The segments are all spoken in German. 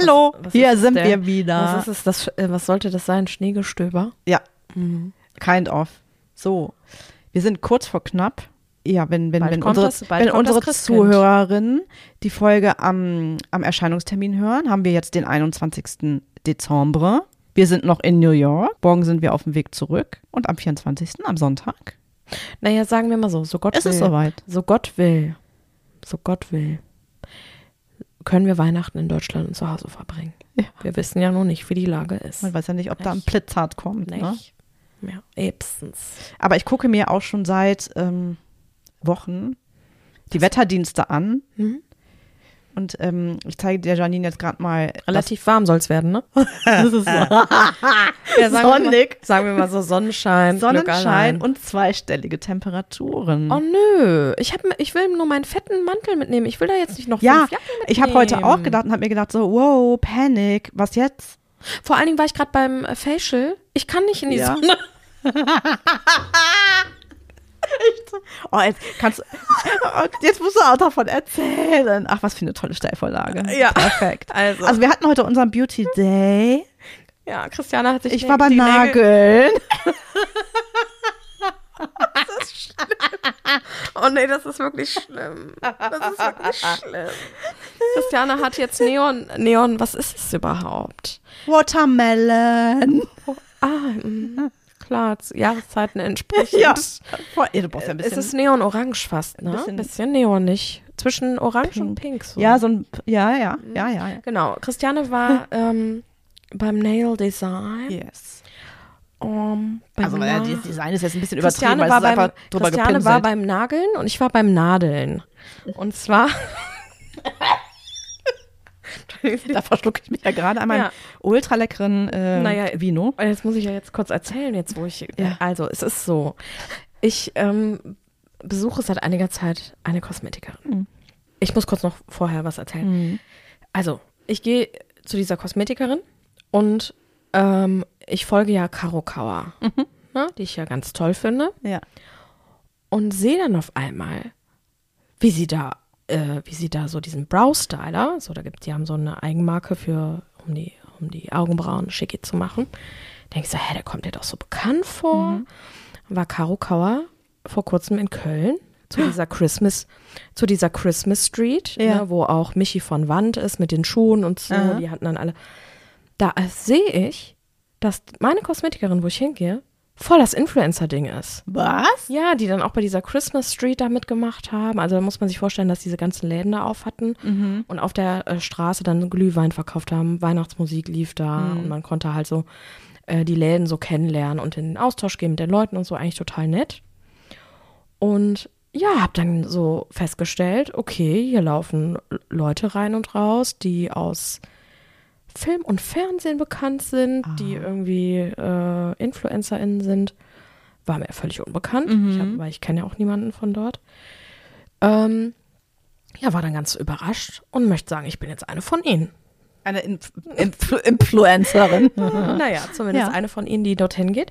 Hallo, hier sind der? wir wieder. Was ist es? Was sollte das sein? Schneegestöber? Ja, kind of. So, wir sind kurz vor knapp. Ja, wenn unsere Zuhörerinnen die Folge am Erscheinungstermin hören, haben wir jetzt den 21. Dezember. Wir sind noch in New York. Morgen sind wir auf dem Weg zurück. Und am 24. am Sonntag. Naja, sagen wir mal so Gott will. Ist es soweit? So Gott will, können wir Weihnachten in Deutschland und zu Hause verbringen. Ja. Wir wissen ja noch nicht, wie die Lage ist. Man weiß ja nicht, ob da ein Blitzhart kommt. Nicht. Ne? Ja, ebstens. Aber ich gucke mir auch schon seit Wochen die Wetterdienste an. Mhm. Und ich zeige der Janine jetzt gerade mal. Relativ warm soll es werden, ne? Das ist so. Ja, sonnig. Sagen wir mal so Sonnenschein. Sonnenschein und zweistellige Temperaturen. Oh nö, ich will nur meinen fetten Mantel mitnehmen. Ich will da jetzt nicht noch 5 Jacken mitnehmen. Ich habe heute auch gedacht und habe mir gedacht so, wow, Panik, was jetzt? Vor allen Dingen war ich gerade beim Facial. Ich kann nicht in die Sonne. Oh, jetzt musst du auch davon erzählen. Ach, was für eine tolle Steilvorlage. Ja. Perfekt. Also wir hatten heute unseren Beauty Day. Ja, Christiane hat sich Ich war beim Nageln. Das ist schlimm. Oh nee, das ist wirklich schlimm. Das ist wirklich schlimm. Christiane hat jetzt Neon, was ist es überhaupt? Watermelon. Klar, Jahreszeiten entsprechend. Ja. Du brauchst ja ein bisschen. Es ist Neon-Orange fast, ne? Bisschen neonig. Zwischen Orange und Pink. So. Ja, ja. Genau. Christiane war beim Nail Design. Yes. Das Design ist jetzt ein bisschen Christiane übertrieben, weil es einfach drüber Christiane gepinselt. war beim Nageln und ich war beim Nadeln. Und zwar da verschlucke ich mich ja gerade an meinem ultra leckeren Vino. Jetzt muss ich ja jetzt kurz erzählen, wo ich. Ja. Also, es ist so. Ich besuche seit einiger Zeit eine Kosmetikerin. Mhm. Ich muss kurz noch vorher was erzählen. Mhm. Also, ich gehe zu dieser Kosmetikerin und ich folge ja Caro Kauer, die ich ja ganz toll finde. Ja. Und sehe dann auf einmal, wie sie da so diesen Brow-Styler, die haben so eine Eigenmarke um die Augenbrauen schicki zu machen. Denke ich so, der kommt dir doch so bekannt vor. War Caro Kauer vor kurzem in Köln zu dieser Christmas Street, ne, wo auch Michi von Wand ist mit den Schuhen und so. Die hatten dann alle. Da sehe ich, dass meine Kosmetikerin, wo ich hingehe, voll das Influencer-Ding ist. Was? Ja, die dann auch bei dieser Christmas Street da mitgemacht haben. Also da muss man sich vorstellen, dass diese ganzen Läden da auf hatten und auf der Straße dann Glühwein verkauft haben. Weihnachtsmusik lief da und man konnte halt so die Läden so kennenlernen und in den Austausch gehen mit den Leuten und so. Eigentlich total nett. Und ja, habe dann so festgestellt, okay, hier laufen Leute rein und raus, die aus Film und Fernsehen bekannt sind, die irgendwie InfluencerInnen sind. War mir völlig unbekannt, weil ich kenne ja auch niemanden von dort. War dann ganz überrascht und möchte sagen, ich bin jetzt eine von ihnen. Eine Influencerin. Naja, zumindest eine von ihnen, die dorthin geht.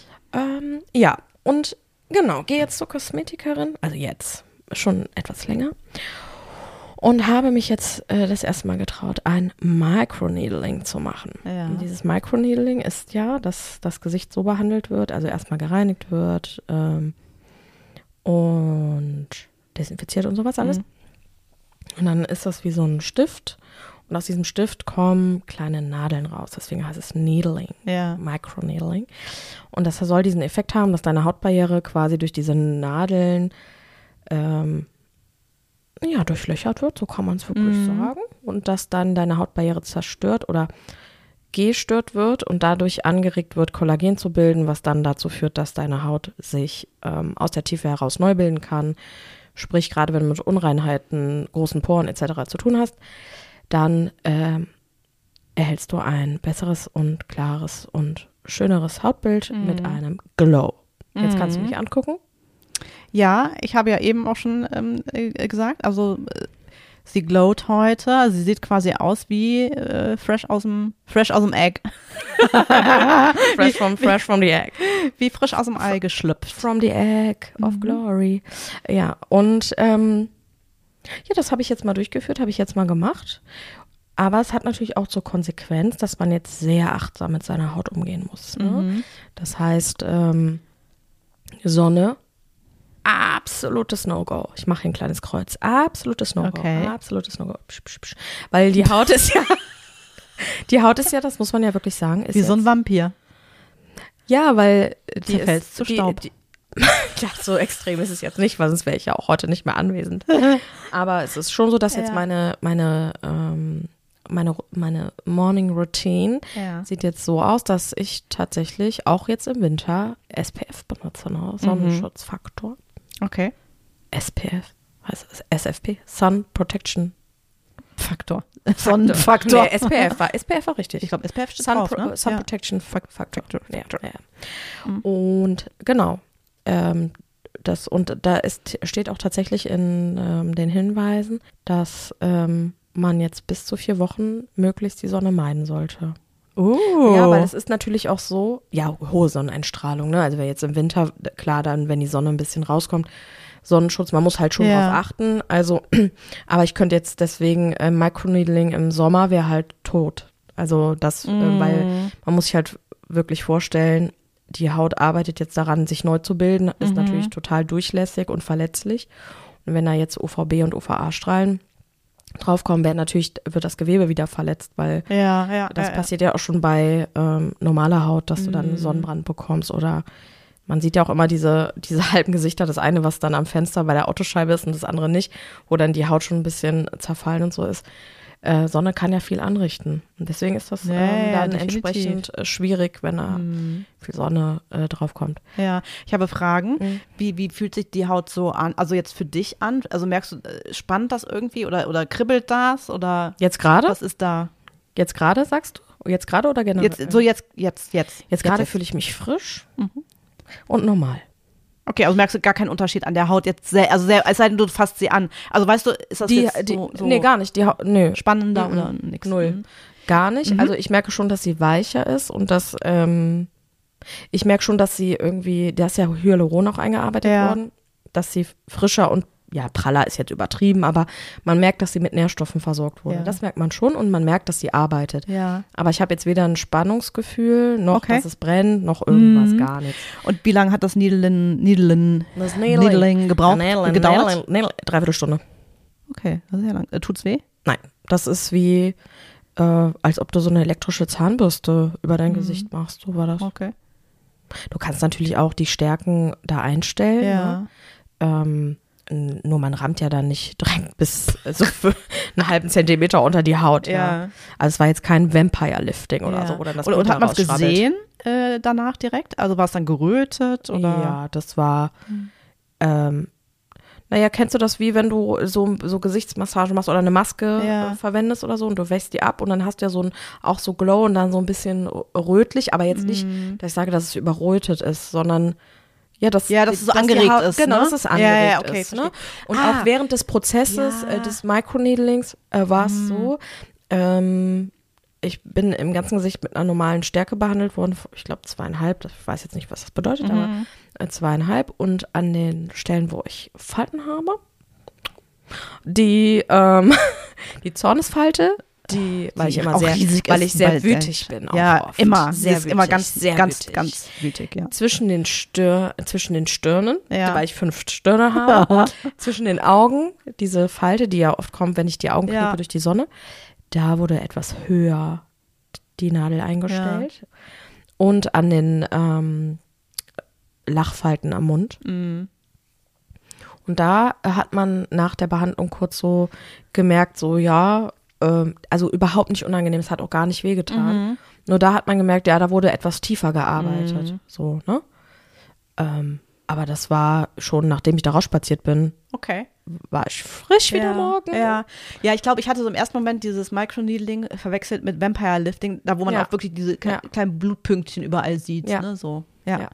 Und genau, gehe jetzt zur Kosmetikerin, also jetzt, schon etwas länger. Und habe mich jetzt das erste Mal getraut, ein Microneedling zu machen. Ja. Und dieses Microneedling ist ja, dass das Gesicht so behandelt wird, also erstmal gereinigt wird und desinfiziert und sowas alles. Und dann ist das wie so ein Stift. Und aus diesem Stift kommen kleine Nadeln raus. Deswegen heißt es Needling, Microneedling. Und das soll diesen Effekt haben, dass deine Hautbarriere quasi durch diese Nadeln durchlöchert wird, so kann man es wirklich sagen. Und dass dann deine Hautbarriere zerstört oder gestört wird und dadurch angeregt wird, Kollagen zu bilden, was dann dazu führt, dass deine Haut sich aus der Tiefe heraus neu bilden kann. Sprich, gerade wenn du mit Unreinheiten, großen Poren etc. zu tun hast, dann erhältst du ein besseres und klares und schöneres Hautbild mit einem Glow. Jetzt kannst du mich angucken. Ja, ich habe ja eben auch schon gesagt, also sie glowt heute, also sie sieht quasi aus wie fresh aus dem Egg. fresh from the egg. Wie frisch aus dem Ei geschlüpft. From the egg of glory. Ja, und das habe ich jetzt mal durchgeführt, habe ich jetzt mal gemacht. Aber es hat natürlich auch zur Konsequenz, dass man jetzt sehr achtsam mit seiner Haut umgehen muss. Ne? Das heißt, Sonne, absolutes No-Go. Ich mache hier ein kleines Kreuz. Absolutes No-Go. Okay. Absolutes No-Go. Weil die Haut ist ja, das muss man ja wirklich sagen. Ist wie so ein Vampir. Ja, weil die zerfällt zu Staub. Ja, so extrem ist es jetzt nicht, weil sonst wäre ich ja auch heute nicht mehr anwesend. Aber es ist schon so, dass jetzt meine Morning Routine sieht jetzt so aus, dass ich tatsächlich auch jetzt im Winter SPF benutze, ne? Sonnenschutzfaktor. Okay. SPF, heißt es SFP, Sun Protection Faktor. Sonnenfaktor. Nee, SPF war richtig. Ich glaube, SPF steht drauf, ne? Sun Protection Factor. Ja. Und genau. Und da steht auch tatsächlich in den Hinweisen, dass man jetzt bis zu 4 Wochen möglichst die Sonne meiden sollte. Ja, weil es ist natürlich auch so, ja, hohe Sonneneinstrahlung, ne? Also jetzt im Winter, klar, dann, wenn die Sonne ein bisschen rauskommt, Sonnenschutz, man muss halt schon drauf achten. Also, aber ich könnte jetzt deswegen Microneedling im Sommer wäre halt tot. Also das, weil man muss sich halt wirklich vorstellen, die Haut arbeitet jetzt daran, sich neu zu bilden, ist natürlich total durchlässig und verletzlich. Und wenn da jetzt UVB und UVA-Strahlen draufkommen, wird das Gewebe wieder verletzt, weil das passiert ja auch schon bei normaler Haut, dass du dann einen Sonnenbrand bekommst oder man sieht ja auch immer diese halben Gesichter, das eine, was dann am Fenster bei der Autoscheibe ist und das andere nicht, wo dann die Haut schon ein bisschen zerfallen und so ist. Sonne kann ja viel anrichten. Und deswegen ist das dann entsprechend schwierig, wenn da viel Sonne draufkommt. Ja, ich habe Fragen. Wie fühlt sich die Haut so an? Also jetzt für dich an? Also merkst du, spannt das irgendwie oder kribbelt das? Oder jetzt gerade? Was ist da? Jetzt gerade, sagst du? Jetzt gerade oder generell? Jetzt gerade fühle ich mich frisch und normal. Okay, also merkst du gar keinen Unterschied an der Haut jetzt, es sei denn, du fasst sie an. Also weißt du, ist das so nee, gar nicht. Die Haut, nö. Spannender oder nix? Null. Gar nicht. Also ich merke schon, dass sie weicher ist und dass, ich merke schon, dass sie irgendwie, da ist ja Hyaluron auch eingearbeitet worden, dass sie frischer und praller ist jetzt übertrieben, aber man merkt, dass sie mit Nährstoffen versorgt wurde. Ja. Das merkt man schon und man merkt, dass sie arbeitet. Ja. Aber ich habe jetzt weder ein Spannungsgefühl, noch dass es brennt, noch irgendwas, gar nichts. Und wie lange hat das Needling gedauert? 3/4 Stunde. Okay, das ist ja lang. Tut's weh? Nein, das ist wie, als ob du so eine elektrische Zahnbürste über dein Gesicht machst. So war das. Okay. Du kannst natürlich auch die Stärken da einstellen. Ja. Ne? Nur man rammt ja dann nicht direkt bis so für einen halben Zentimeter unter die Haut. Ja. Also es war jetzt kein Vampire-Lifting oder so. Oder und hat man es gesehen danach direkt? Also war es dann gerötet? Oder? Ja, das war, kennst du das, wie wenn du so Gesichtsmassage machst oder eine Maske verwendest oder so und du wäschst die ab und dann hast du ja auch so Glow und dann so ein bisschen rötlich, aber jetzt nicht, dass ich sage, dass es überrötet ist, sondern dass es so angeregt ist. Genau, dass es angeregt ist. Ne? Und auch während des Prozesses des Microneedlings war es so, ich bin im ganzen Gesicht mit einer normalen Stärke behandelt worden, ich glaube 2,5, ich weiß jetzt nicht, was das bedeutet, aber 2,5 und an den Stellen, wo ich Falten habe, die Zornesfalte, weil ich sehr wütig bin. Ja, oft. Immer. Sehr wütig, immer ganz wütig, ja. Zwischen den Stirnen, weil ich 5 Stirne habe, zwischen den Augen, diese Falte, die ja oft kommt, wenn ich die Augen kneipe durch die Sonne, da wurde etwas höher die Nadel eingestellt. Ja. Und an den Lachfalten am Mund. Mhm. Und da hat man nach der Behandlung kurz so gemerkt, also überhaupt nicht unangenehm, es hat auch gar nicht wehgetan. Mhm. Nur da hat man gemerkt, da wurde etwas tiefer gearbeitet. So, ne? Aber das war schon, nachdem ich da rausspaziert bin, war ich frisch wieder morgen. Ja, ich glaube, ich hatte so im ersten Moment dieses Microneedling verwechselt mit Vampire Lifting, da wo man auch wirklich diese kleinen Blutpünktchen überall sieht. Ja. Ne? So.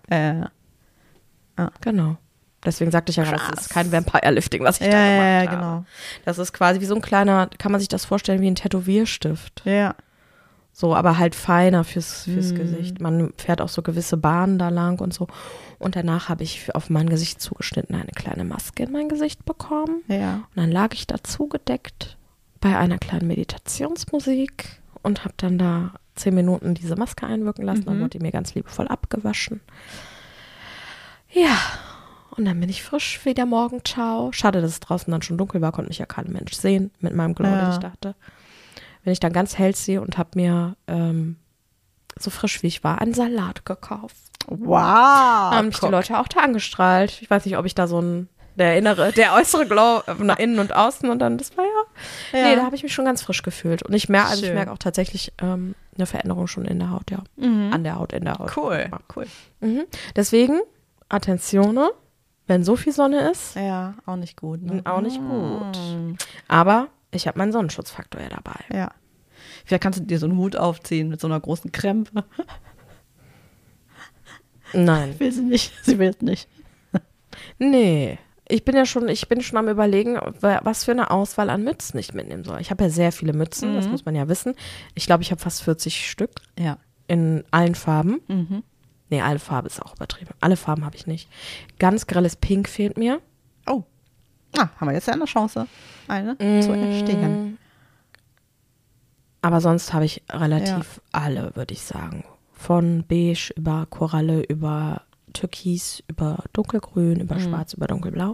Genau. Deswegen sagte ich ja gerade, das ist kein Vampire-Lifting, was ich da gemacht habe. Ja, genau. Das ist quasi wie so ein kleiner, kann man sich das vorstellen, wie ein Tätowierstift. Ja. So, aber halt feiner fürs Gesicht. Man fährt auch so gewisse Bahnen da lang und so. Und danach habe ich auf mein Gesicht zugeschnitten eine kleine Maske in mein Gesicht bekommen. Ja. Und dann lag ich da zugedeckt bei einer kleinen Meditationsmusik und habe dann da 10 Minuten diese Maske einwirken lassen. Dann wurde die mir ganz liebevoll abgewaschen. Ja, und dann bin ich frisch wie der Morgenschau. Schade, dass es draußen dann schon dunkel war, konnte mich ja kein Mensch sehen mit meinem Glow, den ich dachte. Wenn ich dann ganz hell sehe und habe mir so frisch wie ich war, einen Salat gekauft. Wow. Haben mich die Leute auch da angestrahlt. Ich weiß nicht, ob ich da so der äußere Glow nach innen und außen und dann, das war ja. Nee, da habe ich mich schon ganz frisch gefühlt. Und ich merke auch tatsächlich eine Veränderung schon in der Haut, ja. An der Haut, in der Haut. Cool. Deswegen, Attenzione, wenn so viel Sonne ist. Ja, auch nicht gut. Ne? Auch nicht gut. Aber ich habe meinen Sonnenschutzfaktor ja dabei. Ja. Vielleicht kannst du dir so einen Hut aufziehen mit so einer großen Krempe. Nein. Will sie nicht. Sie will es nicht. Nee. Ich bin schon am Überlegen, was für eine Auswahl an Mützen ich mitnehmen soll. Ich habe ja sehr viele Mützen, das muss man ja wissen. Ich glaube, ich habe fast 40 Stück. Ja. In allen Farben. Nee, alle Farben ist auch übertrieben. Alle Farben habe ich nicht. Ganz grelles Pink fehlt mir. Oh. Haben wir jetzt ja eine Chance, eine zu entstehen. Aber sonst habe ich relativ alle, würde ich sagen. Von beige über Koralle, über Türkis, über dunkelgrün, über schwarz, über dunkelblau.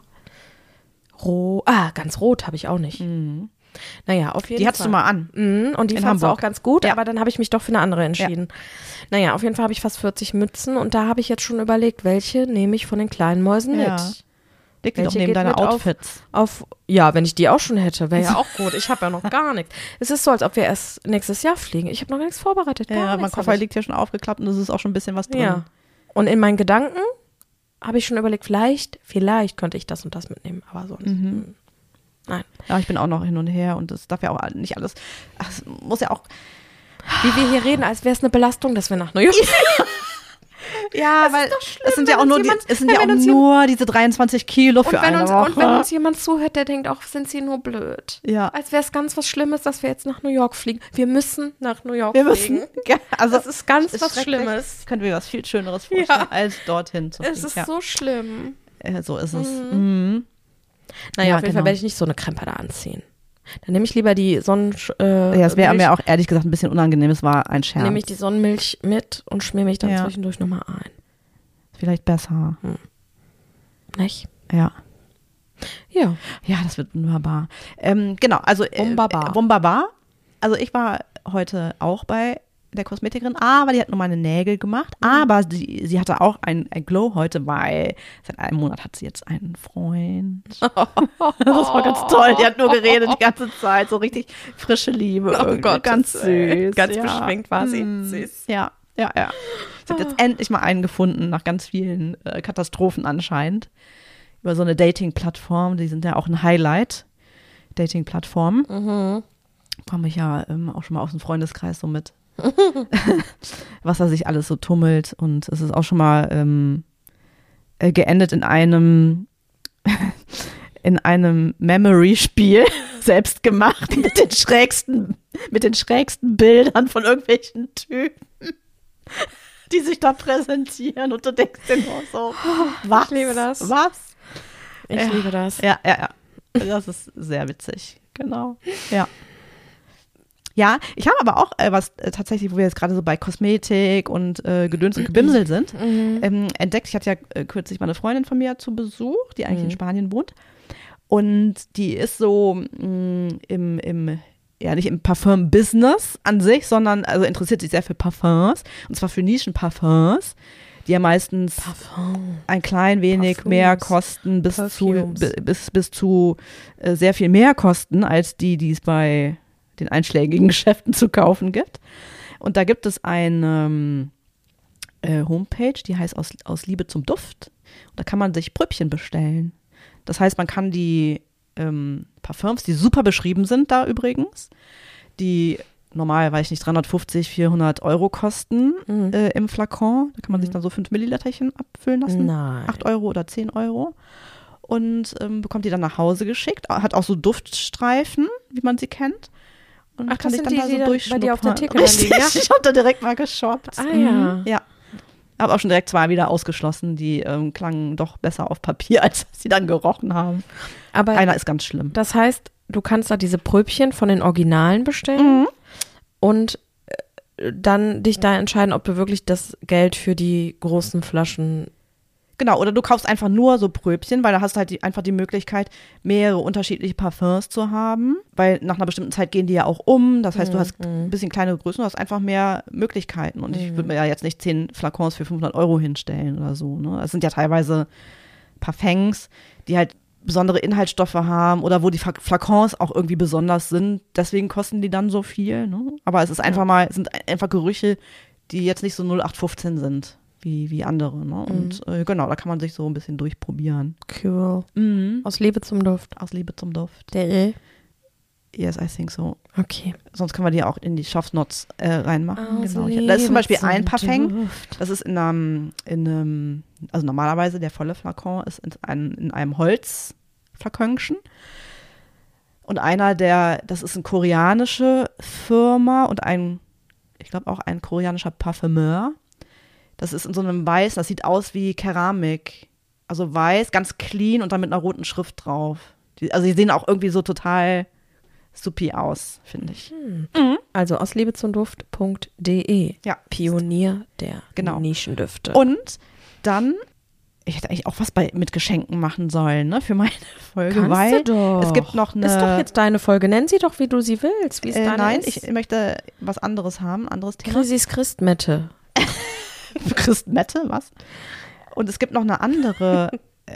Ganz rot habe ich auch nicht. Naja, auf jeden Fall. Die hattest du mal an. Und die fandst du auch ganz gut, aber dann habe ich mich doch für eine andere entschieden. Ja. Naja, auf jeden Fall habe ich fast 40 Mützen und da habe ich jetzt schon überlegt, welche nehme ich von den kleinen Mäusen mit. Leg die doch neben deine Outfits. Ja, wenn ich die auch schon hätte, wäre ja auch gut. Ich habe ja noch gar nichts. Es ist so, als ob wir erst nächstes Jahr fliegen. Ich habe noch gar nichts vorbereitet. Mein Koffer liegt hier schon aufgeklappt und es ist auch schon ein bisschen was drin. Ja. Und in meinen Gedanken habe ich schon überlegt, vielleicht könnte ich das und das mitnehmen, aber sonst. Nein. Ja, ich bin auch noch hin und her und das darf ja auch nicht alles. Es muss ja auch. Wie wir hier reden, als wäre es eine Belastung, dass wir nach New York fliegen. Ja, weil es sind ja auch nur diese 23 Kilo für eine Woche. Und wenn uns jemand zuhört, der denkt auch, sind sie nur blöd. Ja. Als wäre es ganz was Schlimmes, dass wir jetzt nach New York fliegen. Wir müssen nach New York fliegen. Also das ist ganz was Schlimmes. Können wir was viel Schöneres vorstellen, als dorthin zu fliegen. Es ist so schlimm. So ist es. Naja, auf jeden Fall werde ich nicht so eine Krempe da anziehen. Dann nehme ich lieber die es wäre mir auch ehrlich gesagt ein bisschen unangenehm, es war ein Scherz. Nehme ich die Sonnenmilch mit und schmier mich dann zwischendurch nochmal ein. Vielleicht besser. Nicht? Ja. Ja. Ja, das wird wunderbar. Genau, also wunderbar. Also ich war heute auch bei der Kosmetikerin, aber die hat nur meine Nägel gemacht, aber sie hatte auch ein Glow heute, weil seit einem Monat hat sie jetzt einen Freund. Das war ganz toll, die hat nur geredet die ganze Zeit, so richtig frische Liebe. Oh Gott, ganz süß. Ganz beschwingt war sie. Süß. Ja. Sie hat jetzt endlich mal einen gefunden, nach ganz vielen Katastrophen anscheinend. Über so eine Dating-Plattform, die sind ja auch ein Highlight, Dating-Plattformen. Komme ich ja auch schon mal aus dem Freundeskreis so mit. Was da sich alles so tummelt und es ist auch schon mal geendet in einem Memory-Spiel selbst gemacht mit den schrägsten Bildern von irgendwelchen Typen, die sich da präsentieren und du denkst dir nur so, was? Ich liebe das. Was? Ich liebe das. Ja. Das ist sehr witzig. Genau. Ja. Ja, ich habe aber auch was tatsächlich, wo wir jetzt gerade so bei Kosmetik und Gedöns und Gebimsel sind, entdeckt. Ich hatte ja kürzlich meine Freundin von mir zu Besuch, die eigentlich in Spanien wohnt. Und die ist so nicht im Parfum-Business an sich, sondern also interessiert sich sehr für Parfums. Und zwar für Nischenparfums, die ja meistens ein klein wenig mehr kosten, bis zu sehr viel mehr kosten, als die es bei den einschlägigen Geschäften zu kaufen gibt. Und da gibt es eine Homepage, die heißt aus Liebe zum Duft. Und da kann man sich Pröbchen bestellen. Das heißt, man kann die Parfums, die super beschrieben sind da übrigens, die normal, weiß ich nicht, 350, 400 Euro kosten im Flakon. Da kann man sich dann so 5 Milliliterchen abfüllen lassen. Nein. 8 Euro oder 10 Euro. Und bekommt die dann nach Hause geschickt. Hat auch so Duftstreifen, wie man sie kennt. Und ach, kann das sich sind dann die, da so durchschnuppern. bei dir auf der Theke Richtig, liegen, ja? Ich habe da direkt mal geshoppt. Ja. Habe auch schon direkt 2 wieder ausgeschlossen. Die klangen doch besser auf Papier, als sie dann gerochen haben. Aber einer ist ganz schlimm. Das heißt, du kannst da diese Pröbchen von den Originalen bestellen und dann dich da entscheiden, ob du wirklich das Geld für die großen Flaschen. Genau, oder du kaufst einfach nur so Pröbchen, weil da hast du halt einfach die Möglichkeit, mehrere unterschiedliche Parfums zu haben, weil nach einer bestimmten Zeit gehen die ja auch um, das heißt, du hast ein bisschen kleinere Größen, du hast einfach mehr Möglichkeiten und ich würde mir ja jetzt nicht 10 Flakons für 500 € hinstellen oder so, ne? Es sind ja teilweise Parfums, die halt besondere Inhaltsstoffe haben oder wo die Flakons auch irgendwie besonders sind, deswegen kosten die dann so viel, ne? Aber es ist sind einfach Gerüche, die jetzt nicht so 0815 sind. Wie andere, ne? Und genau, da kann man sich so ein bisschen durchprobieren. Cool. Aus Liebe zum Duft. Aus Liebe zum Duft. Yes, I think so. Okay. Sonst können wir die auch in die Shopnotes reinmachen. Genau. Da ist zum Beispiel ein Parfum, das ist also normalerweise der volle Flakon ist in einem Holzflakonchen. Und das ist eine koreanische Firma und ich glaube auch ein koreanischer Parfümeur. Das ist in so einem Weiß, das sieht aus wie Keramik. Also weiß, ganz clean und dann mit einer roten Schrift drauf. Die sehen auch irgendwie so total supi aus, finde ich. Also aus liebeZumDuft.de. Ja. Pionier der Nischendüfte. Und dann, ich hätte eigentlich auch was mit Geschenken machen sollen, ne, für meine Folge. Kannst du doch. Es gibt noch eine. Ist doch jetzt deine Folge. Nenn sie doch, wie du sie willst. Wie ist deine nein, ich möchte was anderes haben, anderes Thema. Chrissys Christmette. Christmette, was? Und es gibt noch eine andere,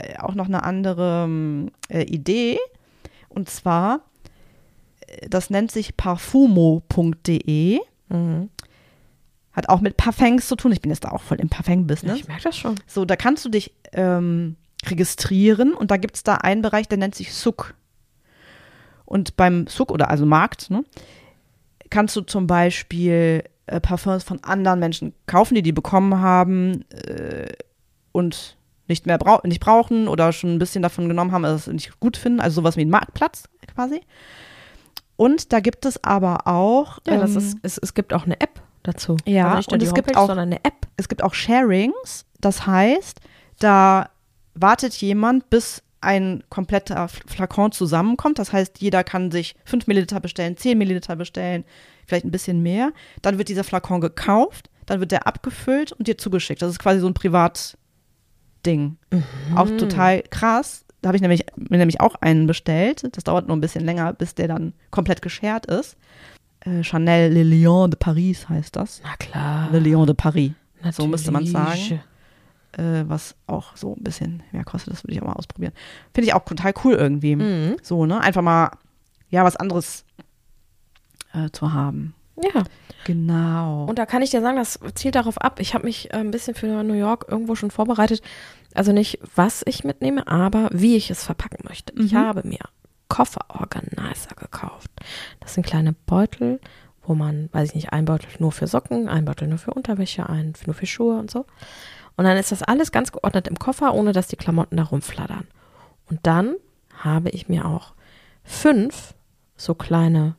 Idee. Und zwar, das nennt sich parfumo.de. Hat auch mit Parfums zu tun. Ich bin jetzt da auch voll im Parfum-Business. Ich merke das schon. So, da kannst du dich registrieren und da gibt es da einen Bereich, der nennt sich Souk. Und beim Souk, oder also Markt, ne, kannst du zum Beispiel Parfums von anderen Menschen kaufen, die bekommen haben und nicht brauchen oder schon ein bisschen davon genommen haben, also es nicht gut finden, also sowas wie ein Marktplatz quasi. Und da gibt es aber auch es gibt auch eine App dazu. Ja, also nicht und sondern eine App. Es gibt auch Sharings, das heißt, da wartet jemand, bis ein kompletter Flakon zusammenkommt. Das heißt, jeder kann sich 5 Milliliter bestellen, 10 Milliliter bestellen, vielleicht ein bisschen mehr. Dann wird dieser Flakon gekauft, dann wird der abgefüllt und dir zugeschickt. Das ist quasi so ein Privatding. Auch total krass. Da habe ich mir nämlich auch einen bestellt. Das dauert nur ein bisschen länger, bis der dann komplett geschert ist. Chanel Le Lion de Paris heißt das. Na klar. Le Lion de Paris. Natürlich. So müsste man sagen. Was auch so ein bisschen mehr kostet, das würde ich auch mal ausprobieren. Finde ich auch total cool irgendwie. So, ne? Einfach mal, was anderes zu haben. Ja. Genau. Und da kann ich dir sagen, das zielt darauf ab. Ich habe mich ein bisschen für New York irgendwo schon vorbereitet. Also nicht, was ich mitnehme, aber wie ich es verpacken möchte. Ich habe mir Kofferorganizer gekauft. Das sind kleine Beutel, wo man, weiß ich nicht, ein Beutel nur für Socken, ein Beutel nur für Unterwäsche, einen nur für Schuhe und so. Und dann ist das alles ganz geordnet im Koffer, ohne dass die Klamotten da rumflattern. Und dann habe ich mir auch 5 so kleine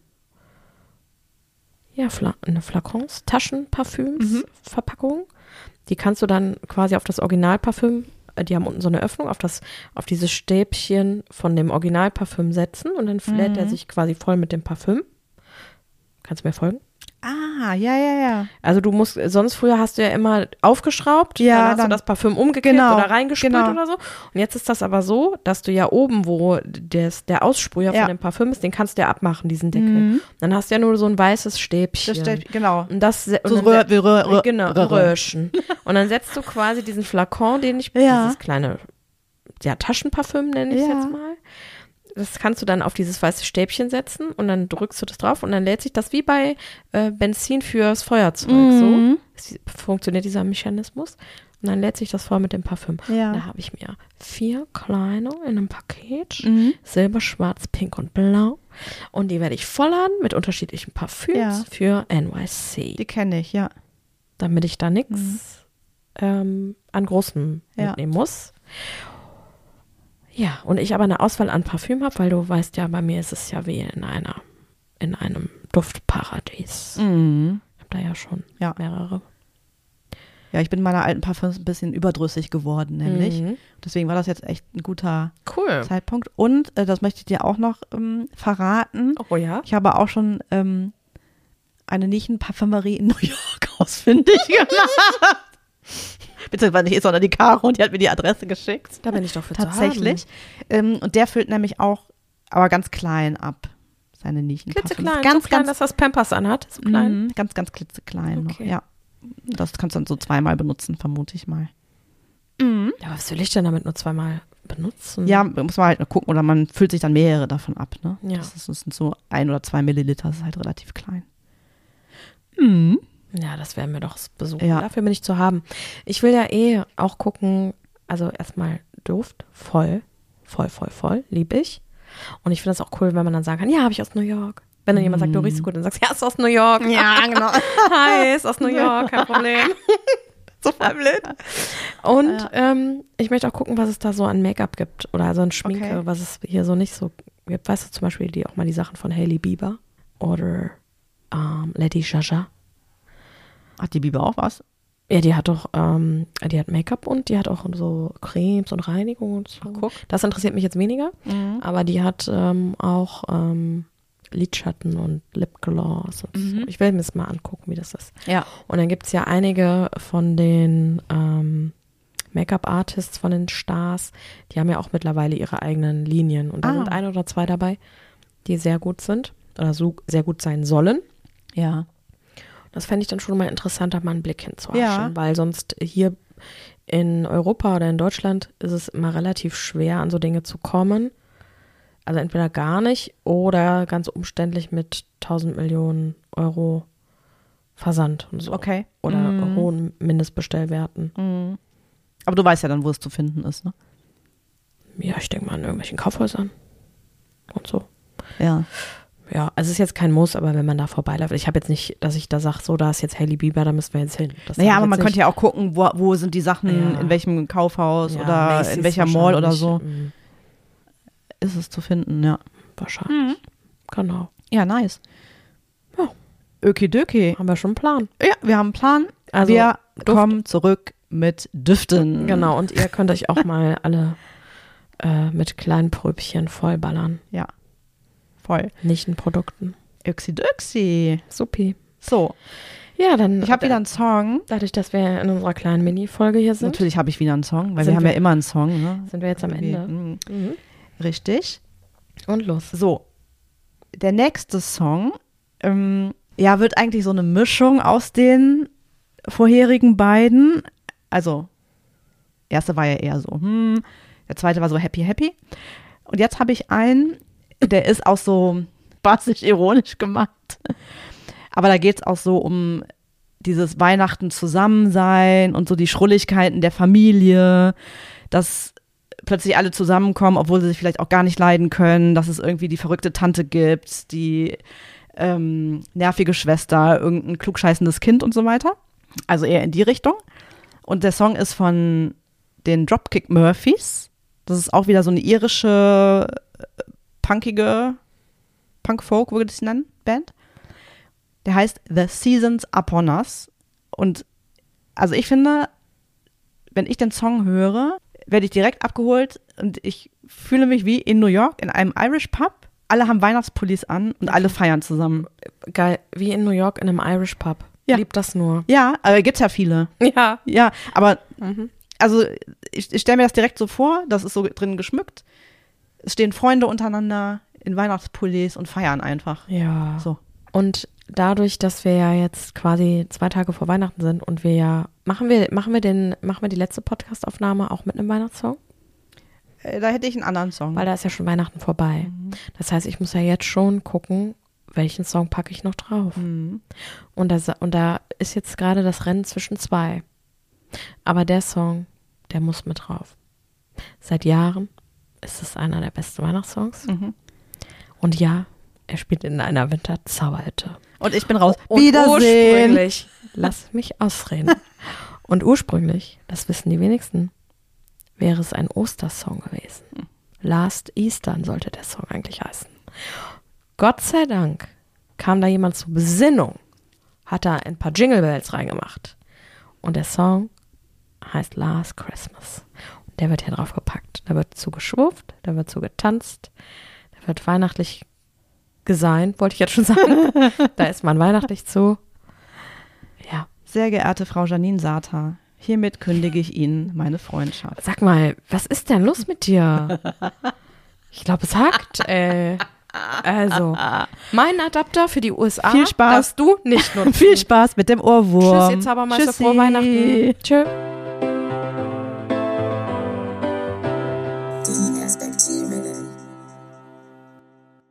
Flakons, Taschenparfüms, Verpackungen. Die kannst du dann quasi auf das Originalparfüm, die haben unten so eine Öffnung, auf dieses Stäbchen von dem Originalparfüm setzen und dann fläht er sich quasi voll mit dem Parfüm. Kannst du mir folgen? Ah, ja. Also sonst früher hast du ja immer aufgeschraubt, dann hast du das Parfüm umgekippt oder reingespült oder so. Und jetzt ist das aber so, dass du ja oben, wo der Aussprüher von dem Parfüm ist, den kannst du ja abmachen, diesen Deckel. Dann hast du ja nur so ein weißes Stäbchen. Das Stäbchen, genau. Und das Röhrchen. Und dann setzt du quasi diesen Flakon, dieses kleine Taschenparfüm nenne ich es jetzt mal. Das kannst du dann auf dieses weiße Stäbchen setzen und dann drückst du das drauf und dann lädt sich das wie bei Benzin fürs Feuerzeug. So funktioniert dieser Mechanismus. Und dann lädt sich das voll mit dem Parfüm. Ja. Da habe ich mir 4 kleine in einem Paket, Silber, Schwarz, Pink und Blau. Und die werde ich vollladen mit unterschiedlichen Parfüms für NYC. Die kenne ich, ja. Damit ich da nichts an Großem mitnehmen muss. Ja, und ich aber eine Auswahl an Parfüm habe, weil du weißt ja, bei mir ist es ja wie in einem Duftparadies. Ich habe da ja schon mehrere. Ja, ich bin meiner alten Parfüms ein bisschen überdrüssig geworden, nämlich. Deswegen war das jetzt echt ein guter Zeitpunkt. Und das möchte ich dir auch noch verraten. Oh ja? Ich habe auch schon eine Nischenparfümerie in New York ausfindig gemacht. Beziehungsweise nicht, sondern die Caro, und die hat mir die Adresse geschickt. Da bin ich doch für tatsächlich. Und der füllt nämlich auch, aber ganz klein ab, seine Nischenparfüms. Klitzeklein, ganz, so klein, dass das Pampers anhat. So klein. Ganz, ganz klitzeklein noch, ja. Das kannst du dann so zweimal benutzen, vermute ich mal. Ja, was will ich denn damit nur zweimal benutzen? Ja, muss man halt gucken, oder man füllt sich dann mehrere davon ab, ne? Ja. Das sind so 1 oder 2 Milliliter, das ist halt relativ klein. Ja, das werden wir doch besuchen. Ja. Dafür bin ich zu haben. Ich will ja auch gucken, also erstmal Duft, voll, lieb ich. Und ich finde das auch cool, wenn man dann sagen kann, ja, habe ich aus New York. Wenn dann jemand sagt, du riechst so gut, dann sagst du, ja, ist aus New York. Ja, genau. Hi, ist aus New York, kein Problem. So voll blöd. Und ich möchte auch gucken, was es da so an Make-up gibt oder also an Schminke, was es hier so nicht so gibt. Weißt du zum Beispiel auch mal die Sachen von Hailey Bieber oder Lady Gaga. Hat die Bieber auch was? Ja, die hat doch, die hat Make-up und die hat auch so Cremes und Reinigung und so. Ach, guck. Das interessiert mich jetzt weniger, aber die hat auch Lidschatten und Lipgloss und so. Ich will mir das mal angucken, wie das ist. Ja. Und dann gibt es ja einige von den Make-up-Artists, von den Stars, die haben ja auch mittlerweile ihre eigenen Linien. Und da sind 1 oder 2 dabei, die sehr gut sind oder so sehr gut sein sollen. Ja. Das fände ich dann schon mal interessant, da mal einen Blick hinzuhaschen, weil sonst hier in Europa oder in Deutschland ist es immer relativ schwer, an so Dinge zu kommen. Also entweder gar nicht oder ganz umständlich mit 1000 Millionen Euro Versand und so. Okay. Oder hohen Mindestbestellwerten. Aber du weißt ja dann, wo es zu finden ist, ne? Ja, ich denke mal an irgendwelchen Kaufhäusern und so. Ja. Ja, also es ist jetzt kein Muss, aber wenn man da vorbeiläuft, ich habe jetzt nicht, dass ich da sage, so, da ist jetzt Hailey Bieber, da müssen wir jetzt hin. Naja, aber man könnte ja auch gucken, wo sind die Sachen, in welchem Kaufhaus oder in welcher Mall oder so. Ist es zu finden, ja. Wahrscheinlich. Genau. Ja, nice. Ja. Öki-döki. Haben wir schon einen Plan. Ja, wir haben einen Plan. Also, wir kommen zurück mit Düften. Genau, und ihr könnt euch auch mal alle mit kleinen Pröbchen vollballern. Ja. Voll. Nischenprodukten. Öxi-döxi. Supi. So. Ja, dann. Ich habe wieder einen Song. Dadurch, dass wir in unserer kleinen Mini-Folge hier sind. Natürlich habe ich wieder einen Song, weil wir haben ja immer einen Song. Ne? Sind wir jetzt am Ende. Richtig. Und los. So. Der nächste Song, wird eigentlich so eine Mischung aus den vorherigen beiden. Also, erste war ja eher so, der zweite war so happy, happy. Und jetzt habe ich einen, der ist auch so spaßig ironisch gemacht. Aber da geht es auch so um dieses Weihnachten zusammen und so die Schrulligkeiten der Familie, dass plötzlich alle zusammenkommen, obwohl sie sich vielleicht auch gar nicht leiden können, dass es irgendwie die verrückte Tante gibt, die nervige Schwester, irgendein klugscheißendes Kind und so weiter. Also eher in die Richtung. Und der Song ist von den Dropkick Murphys. Das ist auch wieder so eine irische, punkige Punk-Folk, würde ich es nennen, Band. Der heißt The Seasons Upon Us. Und also ich finde, wenn ich den Song höre, werde ich direkt abgeholt und ich fühle mich wie in New York in einem Irish Pub. Alle haben Weihnachtspullis an und alle feiern zusammen. Geil, wie in New York in einem Irish Pub. Ja. Liebt das nur. Ja, aber gibt's ja viele. Ja. Ja, aber also ich stelle mir das direkt so vor, das ist so drin geschmückt. Es stehen Freunde untereinander in Weihnachtspullis und feiern einfach. Ja. So. Und dadurch, dass wir ja jetzt quasi 2 Tage vor Weihnachten sind und wir ja, machen wir die letzte Podcast-Aufnahme auch mit einem Weihnachtssong? Da hätte ich einen anderen Song. Weil da ist ja schon Weihnachten vorbei. Das heißt, ich muss ja jetzt schon gucken, welchen Song packe ich noch drauf. Und da ist jetzt gerade das Rennen zwischen 2. Aber der Song, der muss mit drauf. Seit Jahren ist es einer der besten Weihnachtssongs. Und ja, er spielt in einer Winterzauberhütte. Und ich bin raus. Und Wiedersehen. Lass mich ausreden. Und ursprünglich, das wissen die wenigsten, wäre es ein Ostersong gewesen. Last Eastern sollte der Song eigentlich heißen. Gott sei Dank kam da jemand zur Besinnung, hat da ein paar Jingle Bells reingemacht Und der Song heißt Last Christmas. Und der wird hier drauf gepackt. Da wird zu geschwurft, da wird zu getanzt, da wird weihnachtlich geseint, wollte ich jetzt schon sagen. Da ist man weihnachtlich zu. Ja. Sehr geehrte Frau Janine Sata, hiermit kündige ich Ihnen meine Freundschaft. Sag mal, was ist denn los mit dir? Ich glaube, es hackt, Also, mein Adapter für die USA viel Spaß. darfst du nicht nutzen. Viel Spaß mit dem Ohrwurm. Tschüss, jetzt aber mal so frohe Weihnachten. Tschö.